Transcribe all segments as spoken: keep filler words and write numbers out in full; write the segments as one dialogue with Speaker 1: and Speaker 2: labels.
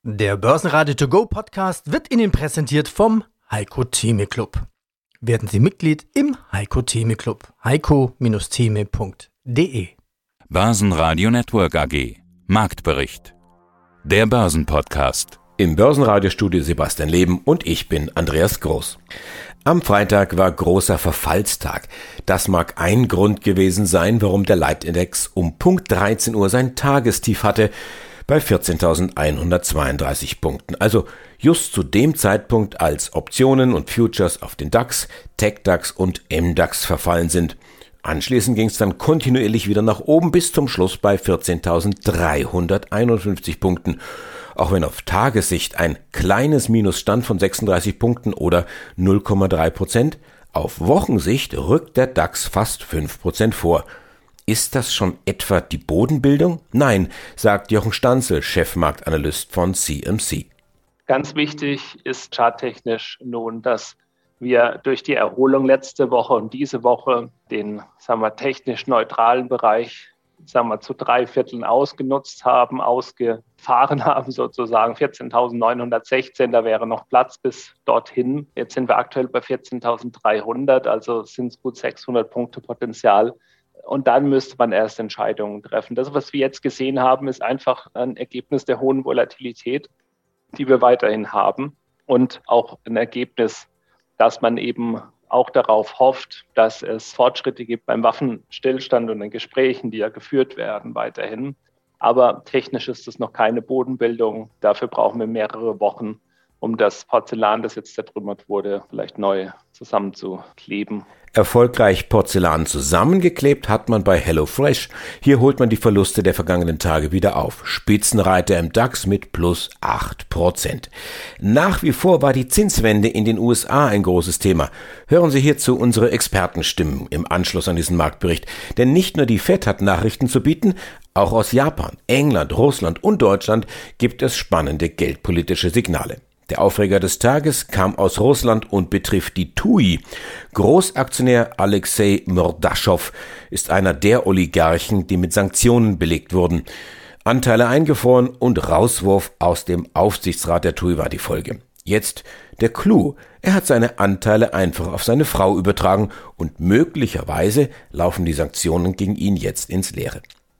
Speaker 1: Der Börsenradio To Go Podcast wird Ihnen präsentiert vom Heiko Theme Club. Werden Sie Mitglied im Heiko Theme Club. heiko Theme punkt de.
Speaker 2: Börsenradio Network A G. Marktbericht. Der Börsenpodcast.
Speaker 3: Im Börsenradiostudio Sebastian Leben und ich bin Andreas Groß. Am Freitag war großer Verfallstag. Das mag ein Grund gewesen sein, warum der Leitindex um Punkt dreizehn Uhr sein Tagestief hatte bei vierzehntausendeinhundertzweiunddreißig Punkten. Also just zu dem Zeitpunkt, als Optionen und Futures auf den DAX, TecDAX und M DAX verfallen sind. Anschließend ging es dann kontinuierlich wieder nach oben bis zum Schluss bei vierzehntausenddreihunderteinundfünfzig Punkten. Auch wenn auf Tagessicht ein kleines Minus stand von sechsunddreißig Punkten oder null Komma drei Prozent, auf Wochensicht rückt der DAX fast fünf Prozent vor. Ist das schon etwa die Bodenbildung? Nein, sagt Jochen Stanzel, Chefmarktanalyst von C M C.
Speaker 4: Ganz wichtig ist charttechnisch nun, dass wir durch die Erholung letzte Woche und diese Woche den, sagen wir, technisch neutralen Bereich, sagen wir, zu drei Vierteln ausgenutzt haben, ausgefahren haben sozusagen. vierzehntausendneunhundertsechzehn, da wäre noch Platz bis dorthin. Jetzt sind wir aktuell bei vierzehntausenddreihundert, also sind es gut sechshundert Punkte Potenzial. Und dann müsste man erst Entscheidungen treffen. Das, was wir jetzt gesehen haben, ist einfach ein Ergebnis der hohen Volatilität, die wir weiterhin haben. Und auch ein Ergebnis, dass man eben auch darauf hofft, dass es Fortschritte gibt beim Waffenstillstand und den Gesprächen, die ja geführt werden weiterhin. Aber technisch ist es noch keine Bodenbildung. Dafür brauchen wir mehrere Wochen, um das Porzellan, das jetzt zertrümmert wurde, vielleicht neu zusammenzukleben.
Speaker 3: Erfolgreich Porzellan zusammengeklebt hat man bei HelloFresh. Hier holt man die Verluste der vergangenen Tage wieder auf. Spitzenreiter im DAX mit plus acht Prozent. Nach wie vor war die Zinswende in den U S A ein großes Thema. Hören Sie hierzu unsere Expertenstimmen im Anschluss an diesen Marktbericht. Denn nicht nur die Fed hat Nachrichten zu bieten, auch aus Japan, England, Russland und Deutschland gibt es spannende geldpolitische Signale. Der Aufreger des Tages kam aus Russland und betrifft die T U I. Großaktionär Alexei Mordaschow ist einer der Oligarchen, die mit Sanktionen belegt wurden. Anteile eingefroren und Rauswurf aus dem Aufsichtsrat der T U I war die Folge. Jetzt der Clou. Er hat seine Anteile einfach auf seine Frau übertragen und möglicherweise laufen die Sanktionen gegen ihn jetzt ins Leere.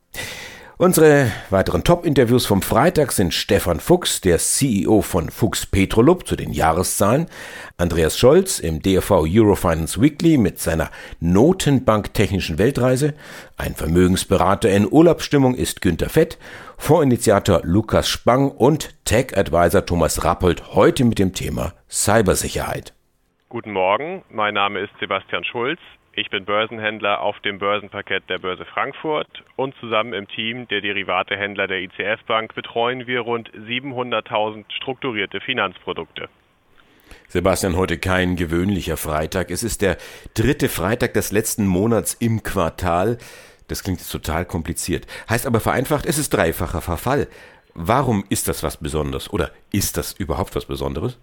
Speaker 3: Unsere weiteren Top-Interviews vom Freitag sind Stefan Fuchs, der C E O von Fuchs Petrolub zu den Jahreszahlen, Andreas Scholz im D R V Eurofinance Weekly mit seiner Notenbank-technischen Weltreise, ein Vermögensberater in Urlaubsstimmung ist Günter Fett, Fondsinitiator Lukas Spang und Tech-Advisor Thomas Rappold heute mit dem Thema Cybersicherheit.
Speaker 5: Guten Morgen, mein Name ist Sebastian Schulz. Ich bin Börsenhändler auf dem Börsenparkett der Börse Frankfurt und zusammen im Team der Derivatehändler der I C F Bank betreuen wir rund siebenhunderttausend strukturierte Finanzprodukte.
Speaker 3: Sebastian, heute kein gewöhnlicher Freitag. Es ist der dritte Freitag des letzten Monats im Quartal. Das klingt jetzt total kompliziert. Heißt aber vereinfacht, es ist dreifacher Verfall. Warum ist das was Besonderes? Oder ist das überhaupt was Besonderes?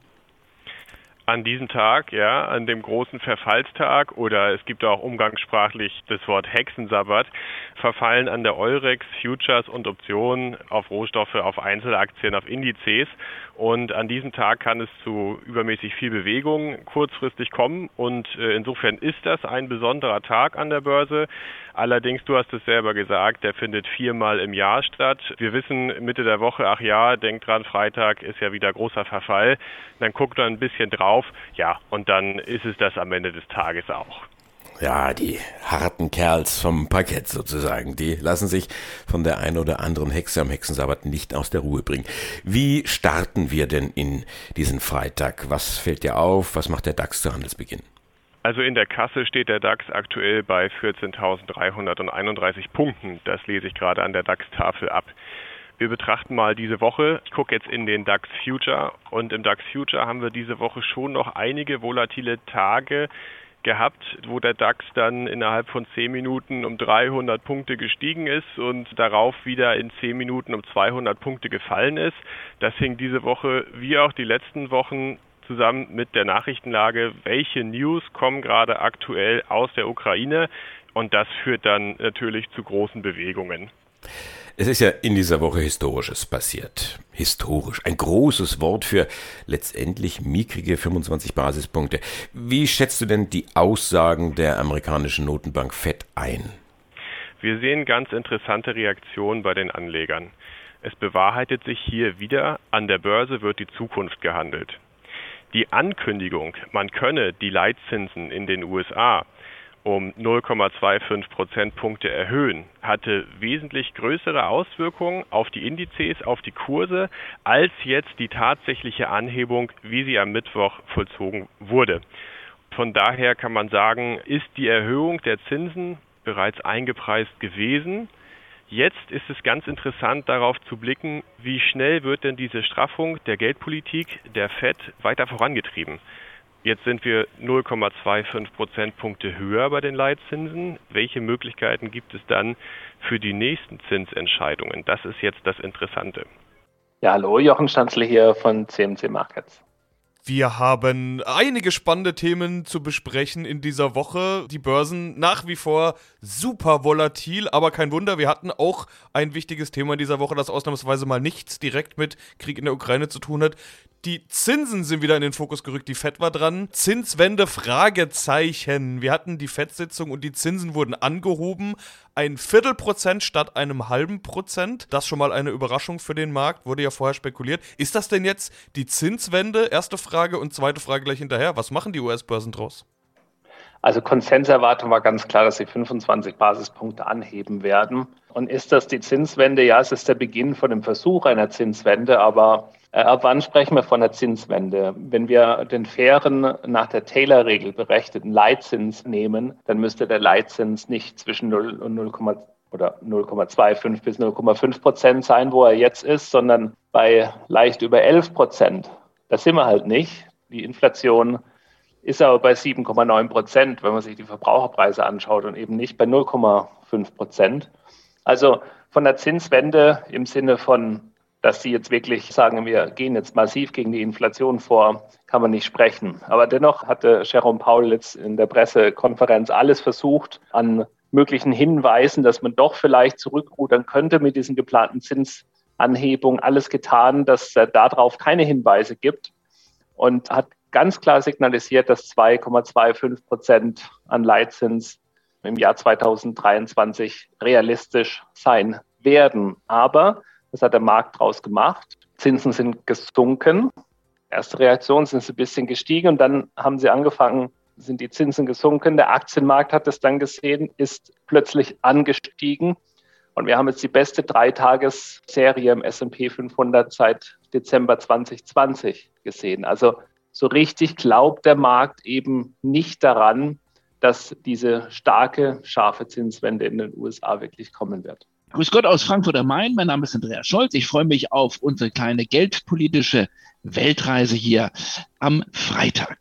Speaker 5: An diesem Tag, ja, an dem großen Verfallstag oder es gibt auch umgangssprachlich das Wort Hexensabbat, verfallen an der Eurex Futures und Optionen auf Rohstoffe, auf Einzelaktien, auf Indizes. Und an diesem Tag kann es zu übermäßig viel Bewegung kurzfristig kommen. Und äh, insofern ist das ein besonderer Tag an der Börse. Allerdings, du hast es selber gesagt, der findet viermal im Jahr statt. Wir wissen Mitte der Woche, ach ja, denkt dran, Freitag ist ja wieder großer Verfall. Dann guckt man ein bisschen drauf, ja, und dann ist es das am Ende des Tages auch.
Speaker 3: Ja, die harten Kerls vom Parkett sozusagen, die lassen sich von der einen oder anderen Hexe am Hexensabbat nicht aus der Ruhe bringen. Wie starten wir denn in diesen Freitag? Was fällt dir auf? Was macht der DAX zu Handelsbeginn?
Speaker 5: Also in der Kasse steht der DAX aktuell bei vierzehntausenddreihunderteinunddreißig Punkten. Das lese ich gerade an der DAX-Tafel ab. Wir betrachten mal diese Woche. Ich gucke jetzt in den DAX Future und im DAX Future haben wir diese Woche schon noch einige volatile Tage gehabt, wo der DAX dann innerhalb von zehn Minuten um dreihundert Punkte gestiegen ist und darauf wieder in zehn Minuten um zweihundert Punkte gefallen ist. Das hing diese Woche wie auch die letzten Wochen zusammen mit der Nachrichtenlage, welche News kommen gerade aktuell aus der Ukraine, und das führt dann natürlich zu großen Bewegungen.
Speaker 3: Es ist ja in dieser Woche Historisches passiert. Historisch, ein großes Wort für letztendlich mickrige fünfundzwanzig Basispunkte. Wie schätzt du denn die Aussagen der amerikanischen Notenbank Fed ein?
Speaker 5: Wir sehen ganz interessante Reaktionen bei den Anlegern. Es bewahrheitet sich hier wieder, an der Börse wird die Zukunft gehandelt. Die Ankündigung, man könne die Leitzinsen in den U S A um null Komma fünfundzwanzig Prozentpunkte erhöhen, hatte wesentlich größere Auswirkungen auf die Indizes, auf die Kurse, als jetzt die tatsächliche Anhebung, wie sie am Mittwoch vollzogen wurde. Von daher kann man sagen, ist die Erhöhung der Zinsen bereits eingepreist gewesen. Jetzt ist es ganz interessant, darauf zu blicken, wie schnell wird denn diese Straffung der Geldpolitik der Fed weiter vorangetrieben. Jetzt sind wir null Komma fünfundzwanzig Prozentpunkte höher bei den Leitzinsen. Welche Möglichkeiten gibt es dann für die nächsten Zinsentscheidungen? Das ist jetzt das Interessante.
Speaker 4: Ja, hallo, Jochen Stanzle hier von C M C Markets.
Speaker 6: Wir haben einige spannende Themen zu besprechen in dieser Woche. Die Börsen nach wie vor super volatil, aber kein Wunder, wir hatten auch ein wichtiges Thema in dieser Woche, das ausnahmsweise mal nichts direkt mit Krieg in der Ukraine zu tun hat. Die Zinsen sind wieder in den Fokus gerückt, die Fed war dran. Zinswende, Fragezeichen. Wir hatten die Fed-Sitzung und die Zinsen wurden angehoben. Ein Viertelprozent statt einem halben Prozent. Das schon mal eine Überraschung für den Markt, wurde ja vorher spekuliert. Ist das denn jetzt die Zinswende? Erste Frage und zweite Frage gleich hinterher. Was machen die U S-Börsen draus?
Speaker 4: Also Konsenserwartung war ganz klar, dass sie fünfundzwanzig Basispunkte anheben werden. Und ist das die Zinswende? Ja, es ist der Beginn von dem Versuch einer Zinswende, aber äh, ab wann sprechen wir von der Zinswende? Wenn wir den fairen, nach der Taylor-Regel berechneten Leitzins nehmen, dann müsste der Leitzins nicht zwischen null und null, oder null Komma fünfundzwanzig bis null Komma fünf Prozent sein, wo er jetzt ist, sondern bei leicht über elf Prozent. Das sind wir halt nicht. Die Inflation ist aber bei sieben Komma neun Prozent, wenn man sich die Verbraucherpreise anschaut und eben nicht bei null Komma fünf Prozent. Also von der Zinswende im Sinne von, dass Sie jetzt wirklich sagen, wir gehen jetzt massiv gegen die Inflation vor, kann man nicht sprechen. Aber dennoch hatte Jerome Powell jetzt in der Pressekonferenz alles versucht an möglichen Hinweisen, dass man doch vielleicht zurückrudern könnte mit diesen geplanten Zinsanhebungen, alles getan, dass es darauf keine Hinweise gibt und hat ganz klar signalisiert, dass zwei Komma fünfundzwanzig Prozent an Leitzins im Jahr zweitausenddreiundzwanzig realistisch sein werden. Aber, das hat der Markt draus gemacht, Zinsen sind gesunken. Erste Reaktion sind sie ein bisschen gestiegen und dann haben sie angefangen, sind die Zinsen gesunken. Der Aktienmarkt hat es dann gesehen, ist plötzlich angestiegen. Und wir haben jetzt die beste Dreitagesserie im S und P fünfhundert seit Dezember zwanzig zwanzig gesehen. Also so richtig glaubt der Markt eben nicht daran, dass diese starke, scharfe Zinswende in den U S A wirklich kommen wird.
Speaker 7: Grüß Gott aus Frankfurt am Main, mein Name ist Andreas Scholz. Ich freue mich auf unsere kleine geldpolitische Weltreise hier am Freitag.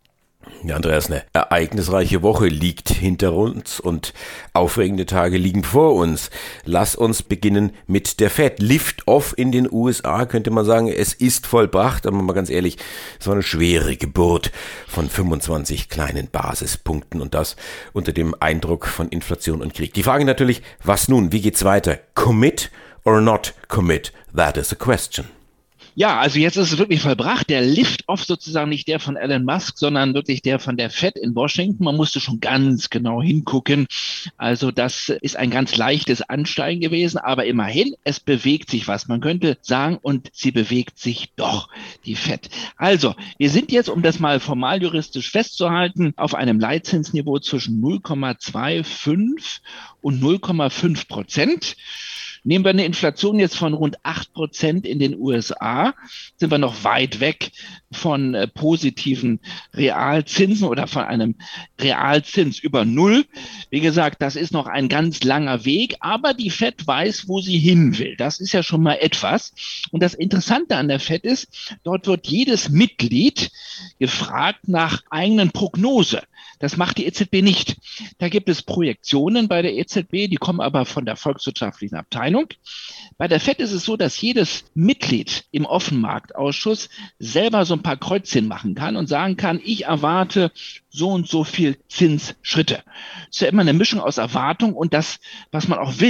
Speaker 3: Ja, Andreas, eine ereignisreiche Woche liegt hinter uns und aufregende Tage liegen vor uns. Lass uns beginnen mit der Fed. Lift-off in den U S A, könnte man sagen, es ist vollbracht, aber mal ganz ehrlich, es war eine schwere Geburt von fünfundzwanzig kleinen Basispunkten und das unter dem Eindruck von Inflation und Krieg. Die Frage natürlich, was nun, wie geht's weiter? Commit or not commit? That is the question.
Speaker 7: Ja, also jetzt ist es wirklich vollbracht. Der Lift-off sozusagen nicht der von Elon Musk, sondern wirklich der von der Fed in Washington. Man musste schon ganz genau hingucken. Also das ist ein ganz leichtes Ansteigen gewesen, aber immerhin, es bewegt sich was. Man könnte sagen, und sie bewegt sich doch, die Fed. Also, wir sind jetzt, um das mal formal juristisch festzuhalten, auf einem Leitzinsniveau zwischen null Komma fünfundzwanzig und null Komma fünf Prozent. Nehmen wir eine Inflation jetzt von rund acht Prozent in den U S A, sind wir noch weit weg von äh, positiven Realzinsen oder von einem Realzins über Null. Wie gesagt, das ist noch ein ganz langer Weg, aber die Fed weiß, wo sie hin will. Das ist ja schon mal etwas. Und das Interessante an der Fed ist, dort wird jedes Mitglied gefragt nach eigenen Prognose. Das macht die E Z B nicht. Da gibt es Projektionen bei der E Z B, die kommen aber von der volkswirtschaftlichen Abteilung. Bei der Fed ist es so, dass jedes Mitglied im Offenmarktausschuss selber so ein paar Kreuzchen machen kann und sagen kann, ich erwarte so und so viel Zinsschritte. Es ist ja immer eine Mischung aus Erwartung und das, was man auch will.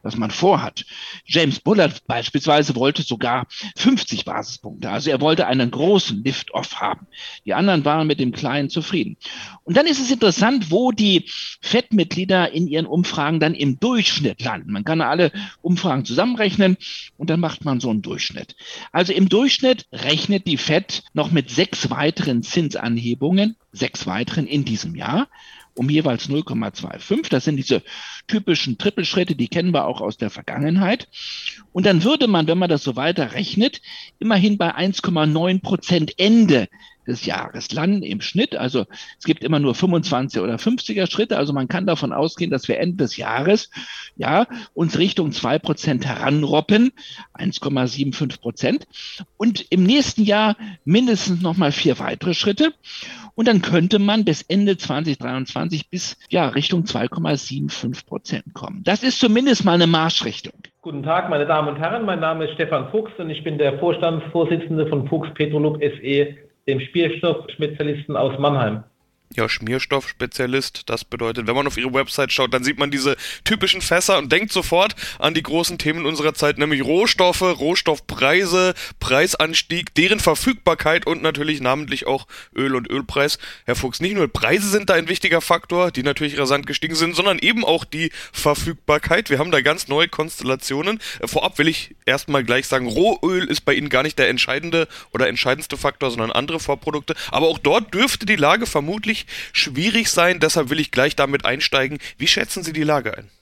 Speaker 7: was man vorhat. James Bullard beispielsweise wollte sogar fünfzig Basispunkte. Also er wollte einen großen Lift-Off haben. Die anderen waren mit dem Kleinen zufrieden. Und dann ist es interessant, wo die Fed-Mitglieder in ihren Umfragen dann im Durchschnitt landen. Man kann alle Umfragen zusammenrechnen und dann macht man so einen Durchschnitt. Also im Durchschnitt rechnet die Fed noch mit sechs weiteren Zinsanhebungen, sechs weiteren in diesem Jahr, um jeweils null Komma fünfundzwanzig. Das sind diese typischen Trippelschritte, die kennen wir auch aus der Vergangenheit. Und dann würde man, wenn man das so weiter rechnet, immerhin bei eins Komma neun Prozent Ende des Jahres landen im Schnitt. Also es gibt immer nur fünfundzwanzig oder fünfziger Schritte. Also man kann davon ausgehen, dass wir Ende des Jahres ja uns Richtung zwei Prozent heranroppen, eins Komma fünfundsiebzig Prozent. Und im nächsten Jahr mindestens nochmal vier weitere Schritte. Und dann könnte man bis Ende zwanzig dreiundzwanzig bis ja Richtung zwei Komma fünfundsiebzig Prozent kommen. Das ist zumindest mal eine Marschrichtung.
Speaker 8: Guten Tag, meine Damen und Herren. Mein Name ist Stefan Fuchs und ich bin der Vorstandsvorsitzende von Fuchs Petrolub S E, dem Schmierstoffspezialisten aus Mannheim.
Speaker 6: Ja, Schmierstoffspezialist, das bedeutet, wenn man auf ihre Website schaut, dann sieht man diese typischen Fässer und denkt sofort an die großen Themen unserer Zeit, nämlich Rohstoffe, Rohstoffpreise, Preisanstieg, deren Verfügbarkeit und natürlich namentlich auch Öl und Ölpreis. Herr Fuchs, nicht nur Preise sind da ein wichtiger Faktor, die natürlich rasant gestiegen sind, sondern eben auch die Verfügbarkeit. Wir haben da ganz neue Konstellationen. Vorab will ich erstmal gleich sagen, Rohöl ist bei Ihnen gar nicht der entscheidende oder entscheidendste Faktor, sondern andere Vorprodukte. Aber auch dort dürfte die Lage vermutlich schwierig sein, deshalb will ich gleich damit einsteigen. Wie schätzen Sie die Lage ein?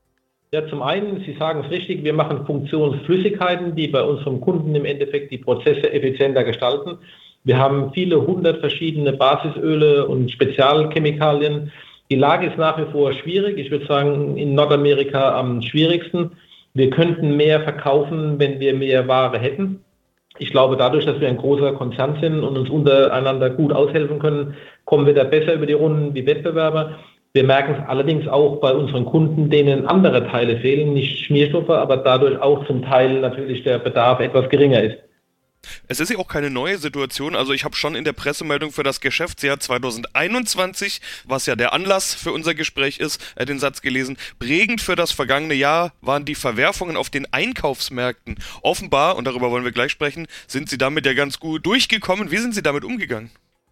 Speaker 8: Ja, zum einen, Sie sagen es richtig, wir machen Funktionsflüssigkeiten, die bei unserem Kunden im Endeffekt die Prozesse effizienter gestalten. Wir haben viele hundert verschiedene Basisöle und Spezialchemikalien. Die Lage ist nach wie vor schwierig. Ich würde sagen, in Nordamerika am schwierigsten. Wir könnten mehr verkaufen, wenn wir mehr Ware hätten. Ich glaube, dadurch, dass wir ein großer Konzern sind und uns untereinander gut aushelfen können, kommen wir da besser über die Runden wie Wettbewerber. Wir merken es allerdings auch bei unseren Kunden, denen andere Teile fehlen, nicht Schmierstoffe, aber dadurch auch zum Teil natürlich der Bedarf etwas geringer ist.
Speaker 6: Es ist ja auch keine neue Situation, also ich habe schon in der Pressemeldung für das Geschäftsjahr zwanzig einundzwanzig, was ja der Anlass für unser Gespräch ist, äh, den Satz gelesen, prägend für das vergangene Jahr waren die Verwerfungen auf den Einkaufsmärkten. Offenbar, und darüber wollen wir gleich sprechen, sind Sie damit ja ganz gut durchgekommen. Wie sind Sie damit umgegangen?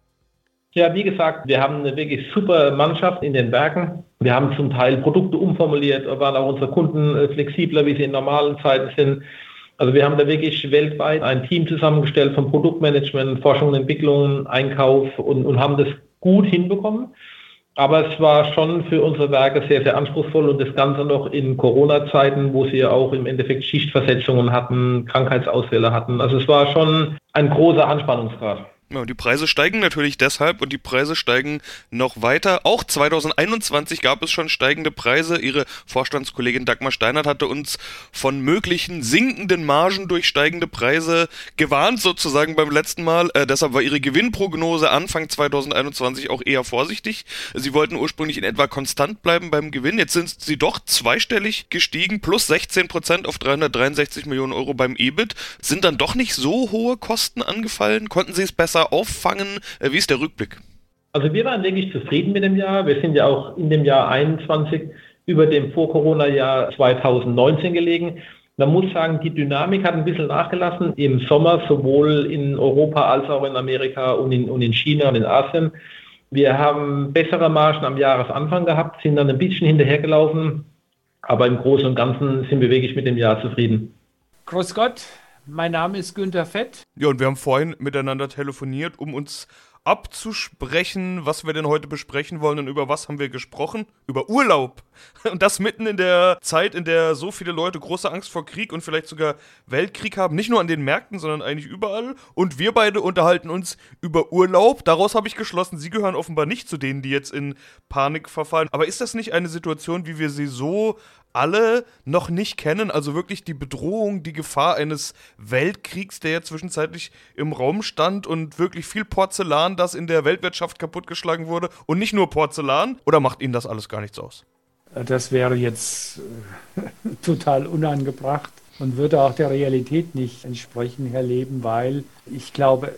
Speaker 8: Ja, wie gesagt, wir haben eine wirklich super Mannschaft in den Werken. Wir haben zum Teil Produkte umformuliert, waren auch unsere Kunden flexibler, wie sie in normalen Zeiten sind. Also wir haben da wirklich weltweit ein Team zusammengestellt von Produktmanagement, Forschung und Entwicklung, Einkauf und, und haben das gut hinbekommen. Aber es war schon für unsere Werke sehr, sehr anspruchsvoll und das Ganze noch in Corona-Zeiten, wo sie ja auch im Endeffekt Schichtversetzungen hatten, Krankheitsausfälle hatten. Also es war schon ein großer Anspannungsgrad.
Speaker 6: Ja, und die Preise steigen natürlich deshalb und die Preise steigen noch weiter. Auch zwanzig einundzwanzig gab es schon steigende Preise. Ihre Vorstandskollegin Dagmar Steinert hatte uns von möglichen sinkenden Margen durch steigende Preise gewarnt, sozusagen beim letzten Mal. Äh, deshalb war ihre Gewinnprognose Anfang zwanzig einundzwanzig auch eher vorsichtig. Sie wollten ursprünglich in etwa konstant bleiben beim Gewinn. Jetzt sind sie doch zweistellig gestiegen, plus sechzehn Prozent auf dreihundertdreiundsechzig Millionen Euro beim E B I T. Sind dann doch nicht so hohe Kosten angefallen? Konnten Sie es besser auffangen? Wie ist der Rückblick?
Speaker 8: Also wir waren wirklich zufrieden mit dem Jahr. Wir sind ja auch in dem Jahr einundzwanzig über dem Vor-Corona-Jahr zwanzig neunzehn gelegen. Man muss sagen, die Dynamik hat ein bisschen nachgelassen im Sommer, sowohl in Europa als auch in Amerika und in, und in China und in Asien. Wir haben bessere Margen am Jahresanfang gehabt, sind dann ein bisschen hinterhergelaufen, aber im Großen und Ganzen sind wir wirklich mit dem Jahr zufrieden.
Speaker 9: Grüß Gott. Mein Name ist Günther Fett.
Speaker 6: Ja, und wir haben vorhin miteinander telefoniert, um uns abzusprechen, was wir denn heute besprechen wollen und über was haben wir gesprochen? Über Urlaub. Und das mitten in der Zeit, in der so viele Leute große Angst vor Krieg und vielleicht sogar Weltkrieg haben. Nicht nur an den Märkten, sondern eigentlich überall. Und wir beide unterhalten uns über Urlaub. Daraus habe ich geschlossen, Sie gehören offenbar nicht zu denen, die jetzt in Panik verfallen. Aber ist das nicht eine Situation, wie wir sie so alle noch nicht kennen, also wirklich die Bedrohung, die Gefahr eines Weltkriegs, der ja zwischenzeitlich im Raum stand und wirklich viel Porzellan, das in der Weltwirtschaft kaputtgeschlagen wurde und nicht nur Porzellan? Oder macht Ihnen das alles gar nichts aus?
Speaker 9: Das wäre jetzt äh, total unangebracht und würde auch der Realität nicht entsprechen, Herr Leben, weil ich glaube,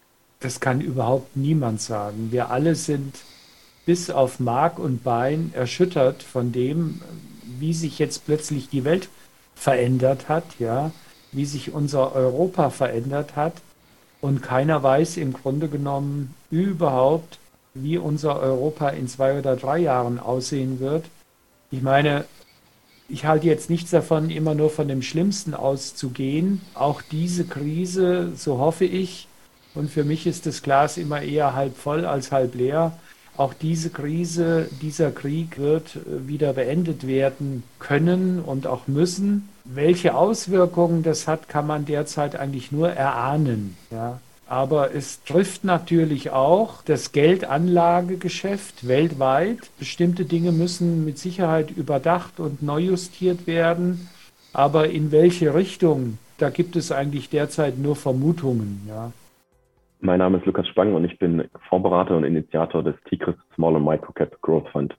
Speaker 9: das kann überhaupt niemand sagen. Wir alle sind bis auf Mark und Bein erschüttert von dem, wie sich jetzt plötzlich die Welt verändert hat, ja, wie sich unser Europa verändert hat. Und keiner weiß im Grunde genommen überhaupt, wie unser Europa in zwei oder drei Jahren aussehen wird. Ich meine, ich halte jetzt nichts davon, immer nur von dem Schlimmsten auszugehen. Auch diese Krise, so hoffe ich, und für mich ist das Glas immer eher halb voll als halb leer, auch diese Krise, dieser Krieg wird wieder beendet werden können und auch müssen. Welche Auswirkungen das hat, kann man derzeit eigentlich nur erahnen. Ja. Aber es trifft natürlich auch das Geldanlagegeschäft weltweit. Bestimmte Dinge müssen mit Sicherheit überdacht und neu justiert werden. Aber in welche Richtung, da gibt es eigentlich derzeit nur Vermutungen. Ja.
Speaker 10: Mein Name ist Lukas Spang und ich bin Fondsberater und Initiator des Tigris Small and Microcap Growth Fund.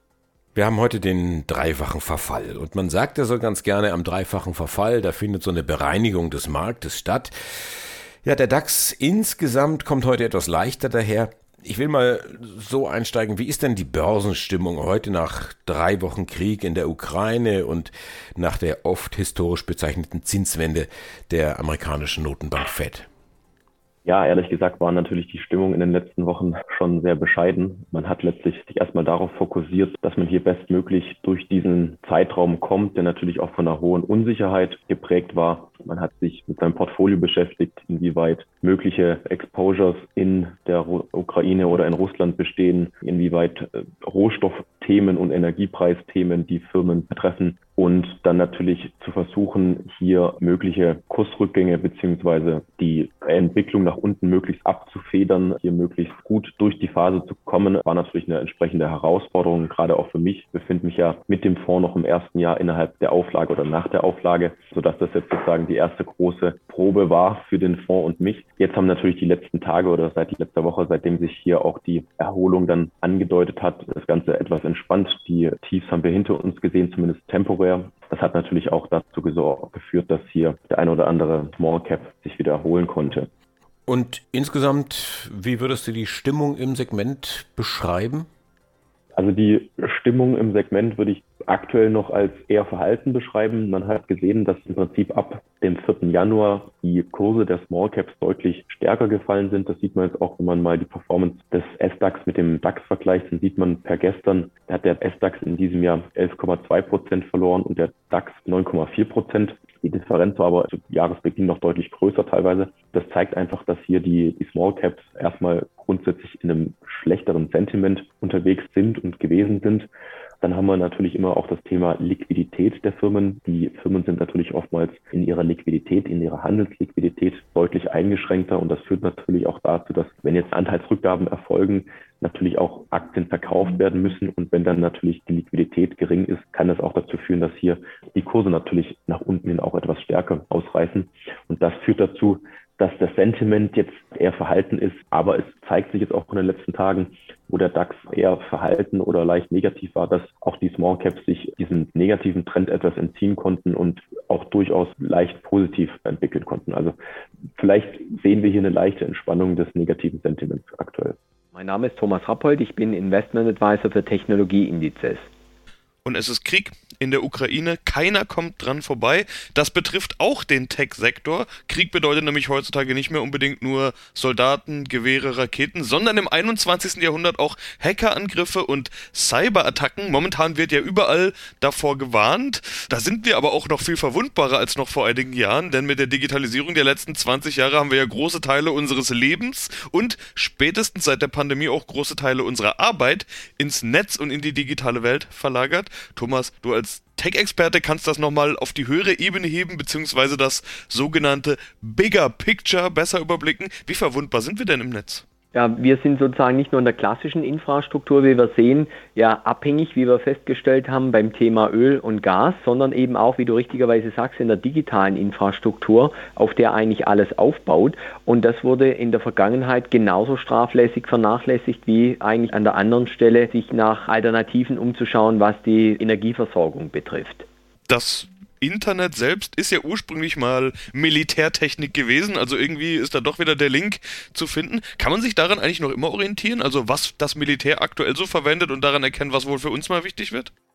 Speaker 3: Wir haben heute den dreifachen Verfall und man sagt ja so ganz gerne, am dreifachen Verfall, da findet so eine Bereinigung des Marktes statt. Ja, der DAX insgesamt kommt heute etwas leichter daher. Ich will mal so einsteigen, wie ist denn die Börsenstimmung heute nach drei Wochen Krieg in der Ukraine und nach der oft historisch bezeichneten Zinswende der amerikanischen Notenbank Fed?
Speaker 10: Ja, ehrlich gesagt war natürlich die Stimmung in den letzten Wochen schon sehr bescheiden. Man hat letztlich sich erstmal darauf fokussiert, dass man hier bestmöglich durch diesen Zeitraum kommt, der natürlich auch von einer hohen Unsicherheit geprägt war. Man hat sich mit seinem Portfolio beschäftigt, inwieweit mögliche Exposures in der Ukraine oder in Russland bestehen, inwieweit Rohstoffthemen und Energiepreisthemen die Firmen betreffen und dann natürlich zu versuchen, hier mögliche Kursrückgänge beziehungsweise die Entwicklung nach unten möglichst abzufedern, hier möglichst gut durch die Phase zu kommen, war natürlich eine entsprechende Herausforderung, gerade auch für mich. Ich befinde mich ja mit dem Fonds noch im ersten Jahr innerhalb der Auflage oder nach der Auflage, sodass das jetzt sozusagen die erste große Probe war für den Fonds und mich. Jetzt haben natürlich die letzten Tage oder seit letzter Woche, seitdem sich hier auch die Erholung dann angedeutet hat, das Ganze etwas entspannt. Die Tiefs haben wir hinter uns gesehen, zumindest temporär. Das hat natürlich auch dazu geführt, dass hier der ein oder andere Small Cap sich wieder erholen konnte.
Speaker 3: Und insgesamt, wie würdest du die Stimmung im Segment beschreiben?
Speaker 10: Also die Stimmung im Segment würde ich aktuell noch als eher verhalten beschreiben. Man hat gesehen, dass im Prinzip ab dem vierten Januar die Kurse der Small Caps deutlich stärker gefallen sind. Das sieht man jetzt auch, wenn man mal die Performance des S DAX mit dem DAX vergleicht. Dann sieht man per gestern hat der S DAX in diesem Jahr elf Komma zwei Prozent verloren und der DAX neun Komma vier Prozent. Die Differenz war aber zu Jahresbeginn noch deutlich größer teilweise. Das zeigt einfach, dass hier die, die Small Caps erstmal grundsätzlich in einem schlechteren Sentiment unterwegs sind und gewesen sind. Dann haben wir natürlich immer auch das Thema Liquidität der Firmen. Die Firmen sind natürlich oftmals in ihrer Liquidität, in ihrer Handelsliquidität deutlich eingeschränkter. Und das führt natürlich auch dazu, dass wenn jetzt Anteilsrückgaben erfolgen, natürlich auch Aktien verkauft werden müssen. Und wenn dann natürlich die Liquidität gering ist, kann das auch dazu führen, dass hier die Kurse natürlich nach unten hin auch etwas stärker ausreißen. Und das führt dazu, dass das Sentiment jetzt eher verhalten ist, aber es zeigt sich jetzt auch in den letzten Tagen, wo der DAX eher verhalten oder leicht negativ war, dass auch die Small Caps sich diesem negativen Trend etwas entziehen konnten und auch durchaus leicht positiv entwickeln konnten. Also vielleicht sehen wir hier eine leichte Entspannung des negativen Sentiments aktuell.
Speaker 11: Mein Name ist Thomas Rappold, ich bin Investment Advisor für Technologieindizes.
Speaker 6: Und es ist Krieg in der Ukraine. Keiner kommt dran vorbei. Das betrifft auch den Tech-Sektor. Krieg bedeutet nämlich heutzutage nicht mehr unbedingt nur Soldaten, Gewehre, Raketen, sondern im einundzwanzigsten Jahrhundert auch Hackerangriffe und Cyberattacken. Momentan wird ja überall davor gewarnt. Da sind wir aber auch noch viel verwundbarer als noch vor einigen Jahren, denn mit der Digitalisierung der letzten zwanzig Jahre haben wir ja große Teile unseres Lebens und spätestens seit der Pandemie auch große Teile unserer Arbeit ins Netz und in die digitale Welt verlagert. Thomas, du als Tech-Experte kannst das nochmal auf die höhere Ebene heben, beziehungsweise das sogenannte Bigger Picture besser überblicken. Wie verwundbar sind wir denn im Netz?
Speaker 11: Ja, wir sind sozusagen nicht nur in der klassischen Infrastruktur, wie wir sehen, ja abhängig, wie wir festgestellt haben beim Thema Öl und Gas, sondern eben auch, wie du richtigerweise sagst, in der digitalen Infrastruktur, auf der eigentlich alles aufbaut. Und das wurde in der Vergangenheit genauso straflässig vernachlässigt, wie eigentlich an der anderen Stelle sich nach Alternativen umzuschauen, was die Energieversorgung betrifft.
Speaker 6: Das Internet selbst ist ja ursprünglich mal Militärtechnik gewesen, also irgendwie ist da doch wieder der Link zu finden. Kann man sich daran eigentlich noch immer orientieren, also was das Militär aktuell so verwendet und daran erkennen, was wohl für uns mal wichtig wird?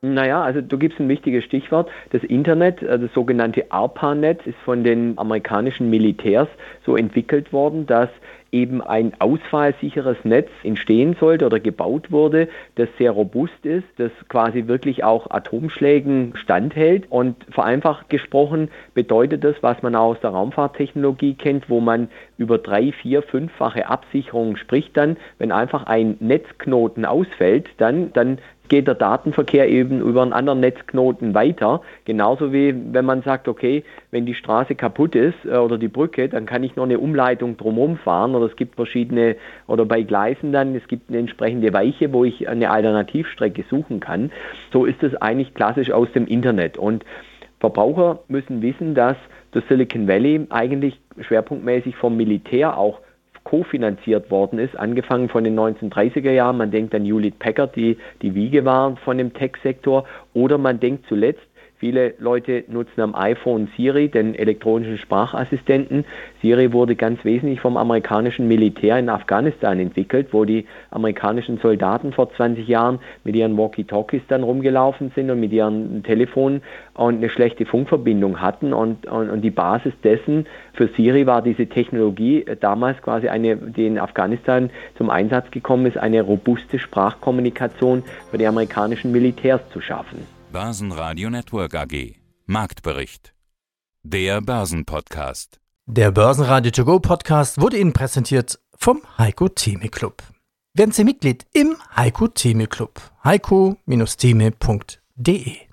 Speaker 11: Naja, also du gibst ein wichtiges Stichwort. Das Internet, das sogenannte ARPANET, ist von den amerikanischen Militärs so entwickelt worden, dass eben ein ausfallsicheres Netz entstehen sollte oder gebaut wurde, das sehr robust ist, das quasi wirklich auch Atomschlägen standhält. Und vereinfacht gesprochen bedeutet das, was man auch aus der Raumfahrttechnologie kennt, wo man über drei, vier, fünffache Absicherung spricht dann, wenn einfach ein Netzknoten ausfällt, dann, dann geht der Datenverkehr eben über einen anderen Netzknoten weiter. Genauso wie wenn man sagt, okay, wenn die Straße kaputt ist äh, oder die Brücke, dann kann ich noch eine Umleitung drumherum fahren oder es gibt verschiedene, oder bei Gleisen dann, es gibt eine entsprechende Weiche, wo ich eine Alternativstrecke suchen kann. So ist es eigentlich klassisch aus dem Internet. Und Verbraucher müssen wissen, dass das Silicon Valley eigentlich schwerpunktmäßig vom Militär auch kofinanziert worden ist, angefangen von den neunzehnhundertdreißiger Jahren. Man denkt an Hewlett Packard, die die Wiege war von dem Tech-Sektor, oder man denkt zuletzt, viele Leute nutzen am iPhone Siri, den elektronischen Sprachassistenten. Siri wurde ganz wesentlich vom amerikanischen Militär in Afghanistan entwickelt, wo die amerikanischen Soldaten vor zwanzig Jahren mit ihren Walkie-Talkies dann rumgelaufen sind und mit ihren Telefonen und eine schlechte Funkverbindung hatten. Und, und, und die Basis dessen für Siri war diese Technologie damals quasi eine, die in Afghanistan zum Einsatz gekommen ist, eine robuste Sprachkommunikation für die amerikanischen Militärs zu schaffen.
Speaker 2: Börsenradio Network A G. Marktbericht. Der Börsenpodcast.
Speaker 1: Der Börsenradio To Go Podcast wurde Ihnen präsentiert vom Heiko Theme Club. Werden Sie Mitglied im Heiko Theme Club. heiko Bindestrich theme punkt de